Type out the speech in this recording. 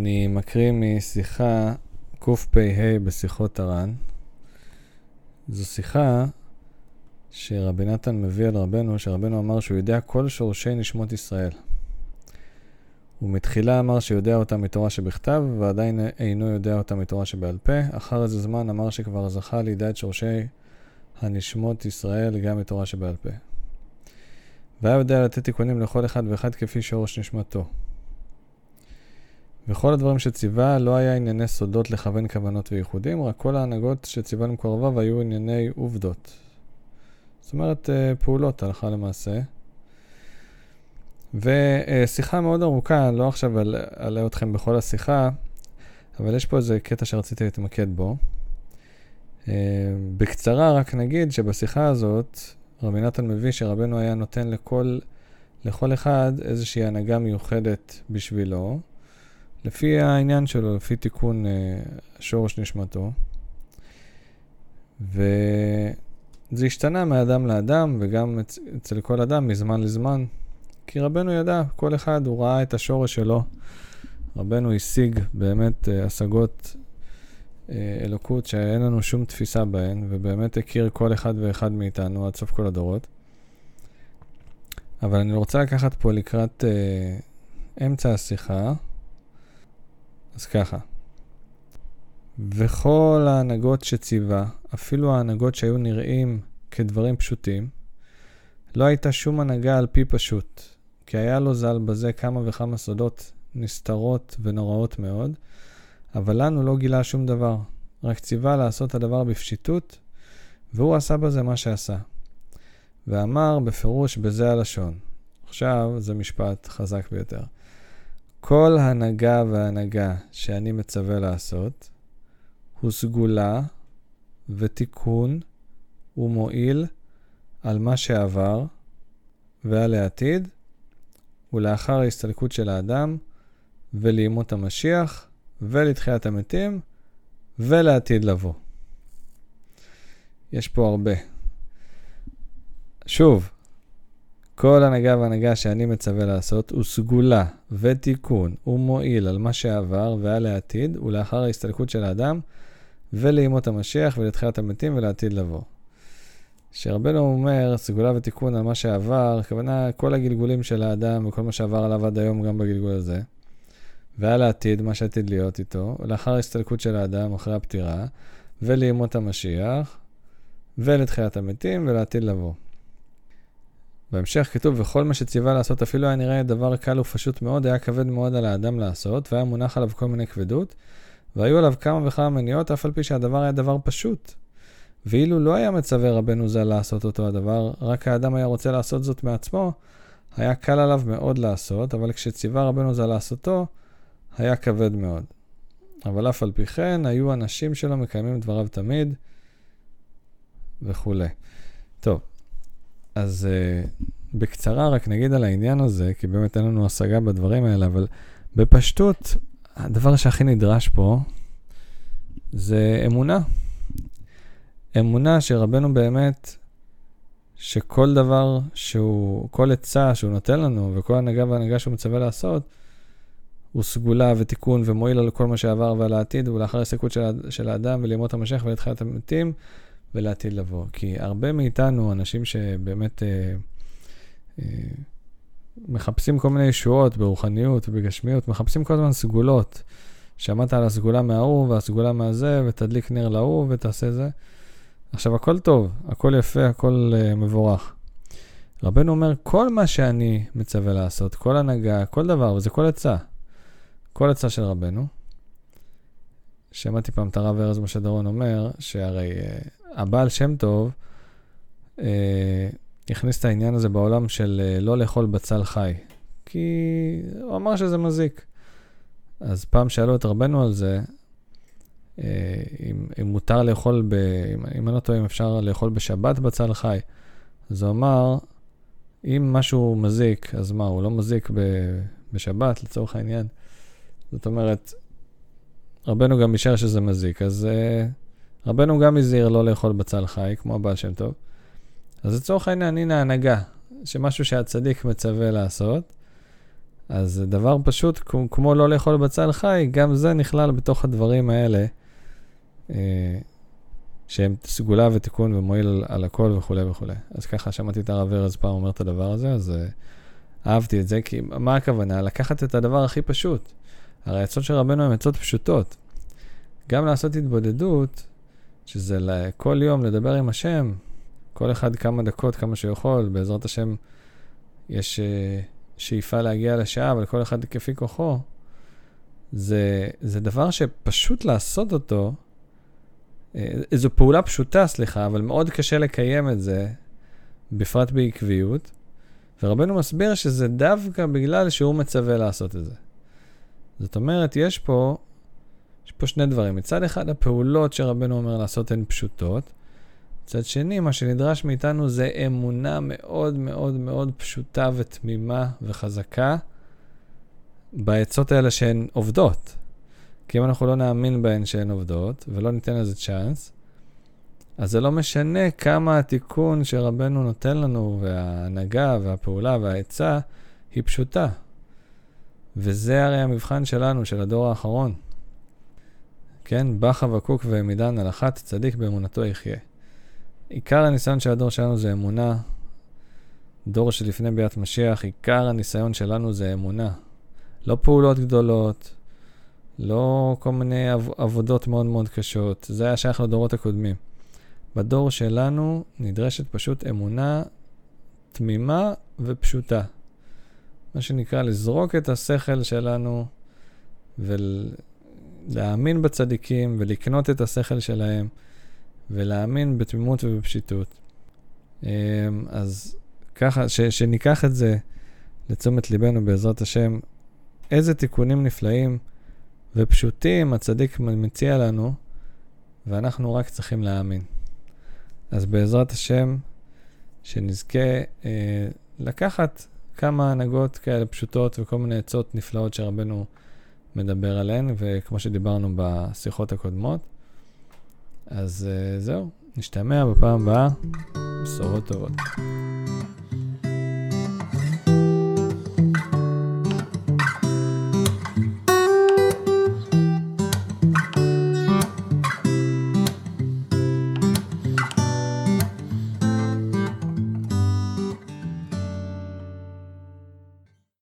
אני מקריא משיחה קפ"ה בשיחות הר"ן. זו שיחה שרבי נתן מביא על רבנו, שרבנו אמר שהוא יודע כל שורשי נשמות ישראל. הוא מתחילה אמר שיודע אותה מתורה שבכתב, ועדיין אינו יודע אותה מתורה שבעל פה. אחר איזה זמן אמר שכבר זכה לידע את שורשי הנשמות ישראל גם מתורה שבעל פה. והיה יודע לתת תיקונים לכל אחד ואחד כפי שורש נשמתו. וכל הדברים שציווה לא היה ענייני סודות לכוון כוונות וייחודים, רק כל ההנהגות שציווה למקורביו היו ענייני עובדות. זאת אומרת, פעולות הלכה למעשה. ושיחה מאוד ארוכה, לא עכשיו אעלה אתכם בכל השיחה, אבל יש פה איזה קטע שרציתי להתמקד בו. בקצרה רק נגיד שבשיחה הזאת, רבי נתן מביא שרבנו היה נותן לכל אחד איזושהי הנהגה מיוחדת בשבילו, לפי העניין שלו, לפי תיקון שורש נשמתו. וזה השתנה מאדם לאדם, וגם אצל כל אדם מזמן לזמן. כי רבנו ידע, כל אחד הוא ראה את השורש שלו. רבנו השיג באמת השגות אלוקות שאין לנו שום תפיסה בהן, ובאמת הכיר כל אחד ואחד מאיתנו עד סוף כל הדורות. אבל אני רוצה לקחת פה לקראת אמצע השיחה. אז ככה. וכל ההנהגות שציווה, אפילו ההנהגות שהיו נראים כדברים פשוטים, לא הייתה שום הנהגה על פי פשוט, כי היה לו ז"ל בזה כמה וכמה סודות נסתרות ונוראות מאוד, אבל לנו לא גילה שום דבר, רק ציווה לעשות הדבר בפשיטות, והוא עשה בזה מה שעשה. ואמר בפירוש בזה הלשון. עכשיו זה משפט חזק ביותר. כל הנהגה והנהגה שאני מצווה לעשות, הוא סגולה ותיקון ומועיל על מה שעבר ועל העתיד, ולאחר ההסתלקות של האדם, ולימות המשיח, ולתחיית המתים, ולעתיד לבוא. יש פה הרבה. שוב, כל הנהגה והנהגה שאני מצווה לעשות הוא סגולה ותיקון ומועיל על מה שעבר ועל העתיד, ולאחר ההסתלקות של האדם, ולימות המשיח, ולתחיית המתים, ולעתיד לבוא. שרבנו אומר, סגולה ותיקון על מה שעבר, הכוונה כל הגלגולים של האדם וכל מה שעבר עליו עד היום גם בגלגול הזה. ועל העתיד, מה שעתיד להיות איתו, ולאחר ההסתלקות של האדם אחרי הפטירה, ולימות המשיח, ולתחיית המתים, ולעתיד לבוא. בהמשך כתוב, וכל מה שציווה לעשות אפילו היה נראה דבר קל ופשוט מאוד, היה כבד מאוד על האדם לעשות, והיה מונח עליו כל מיני כבדות, והיו עליו כמה וכמה מניעות, אף על פי שהדבר היה דבר פשוט. ואילו לא היה מצווה רבנו ז"ל לעשות אותו הדבר, רק האדם היה רוצה לעשות זאת מעצמו, היה קל עליו מאוד לעשות, אבל כשציווה רבנו ז"ל לעשותו, היה כבד מאוד. אבל אף על פי כן, היו אנשים שלו מקיימים דבריו תמיד, וכו'. טוב, אז בקצרה רק נגיד על העניין הזה, כי באמת אין לנו השגה בדברים האלה, אבל בפשטות, הדבר שהכי נדרש פה, זה אמונה. אמונה שרבנו באמת, שכל דבר כל עצה שהוא נותן לנו, וכל הנהגה והנהגה שהוא מצווה לעשות, הוא סגולה ותיקון ומועיל על כל מה שעבר ועל העתיד, ולאחר ההסתלקות של האדם ולימות המשיח ולתחיית המתים, ולעתיד לבוא. כי הרבה מאיתנו, אנשים שבאמת מחפשים כל מיני ישועות ברוחניות ובגשמיות, מחפשים כל הזמן סגולות. שמעת על הסגולה מההוא והסגולה מהזה, ותדליק נר להוא ותעשה זה. עכשיו, הכל טוב, הכל יפה, הכל מבורך. רבנו אומר, כל מה שאני מצווה לעשות, כל הנהגה, כל דבר, וזה כל עצה. כל עצה של רבנו. שמעתי פעם את הרב ארז משה דורון אומר, שהרי הבעל שם טוב, הכניס את העניין הזה בעולם של לא לאכול בצל חי. כי הוא אמר שזה מזיק. אז פעם שאלו את רבנו על זה, אם מותר לאכול, אם אני לא טועה, אם אפשר לאכול בשבת בצל חי. אז הוא אמר, אם משהו מזיק, אז מה, הוא לא מזיק בשבת לצורך העניין. זאת אומרת, רבנו גם אישר שזה מזיק, אז רבנו גם הזהיר לא לאכול בצל חי, כמו הבעל שם טוב. אז לצורך העניין, הנה ההנהגה, שמשהו שהצדיק מצווה לעשות, אז זה דבר פשוט, כמו לא לאכול בצל חי, גם זה נכלל בתוך הדברים האלה, שהם סגולה ותיקון ומועיל על הכל וכו' וכו'. אז ככה שמעתי את הרב ארז פעם אומר את הדבר הזה, אז אהבתי את זה, כי מה הכוונה? לקחת את הדבר הכי פשוט. הרי העצות של רבנו הן עצות פשוטות. גם לעשות התבודדות, שזה כל יום לדבר עם השם, כל אחד כמה דקות, כמה שיכול, בעזרת השם יש שאיפה להגיע לשעה, אבל כל אחד כפי כוחו, זה דבר שפשוט לעשות אותו, זו פעולה פשוטה, סליחה, אבל מאוד קשה לקיים את זה, בפרט בעקביות, ורבנו מסביר שזה דווקא בגלל שהוא מצווה לעשות את זה. זאת אומרת, יש פה שני דברים. מצד אחד, הפעולות שרבנו אומר לעשות הן פשוטות. מצד שני, מה שנדרש מאיתנו זה אמונה מאוד מאוד מאוד פשוטה ותמימה וחזקה בעצות האלה שהן עובדות. כי אם אנחנו לא נאמין בהן שהן עובדות, ולא ניתן לזה צ'אנס, אז זה לא משנה כמה התיקון שרבנו נותן לנו, וההנהגה והפעולה והעצה, היא פשוטה. וזה הרי המבחן שלנו, של הדור האחרון. כן, בא חבקוק ועמידן על אחת, צדיק באמונתו יחיה. עיקר הניסיון של הדור שלנו זה אמונה. דור שלפני ביאת משיח, עיקר הניסיון שלנו זה אמונה. לא פעולות גדולות, לא כל מיני עבודות מאוד מאוד קשות. זה היה שייך לדורות הקודמים. בדור שלנו נדרשת פשוט אמונה תמימה ופשוטה. מה שנקרא לזרוק את השכל שלנו ולהאמין בצדיקים ולקנות את השכל שלהם ולהאמין בתמימות ובפשיטות. אז ככה, שניקח את זה לתשומת ליבנו בעזרת השם, איזה תיקונים נפלאים ופשוטים הצדיק מציע לנו, ואנחנו רק צריכים להאמין. אז בעזרת השם, שנזכה לקחת כמה הנהגות כאלה פשוטות וכל מיני עצות נפלאות שרבנו מדבר עליהן, וכמו שדיברנו בשיחות הקודמות. אז זהו, נשתמע בפעם הבאה, בשורות טובות.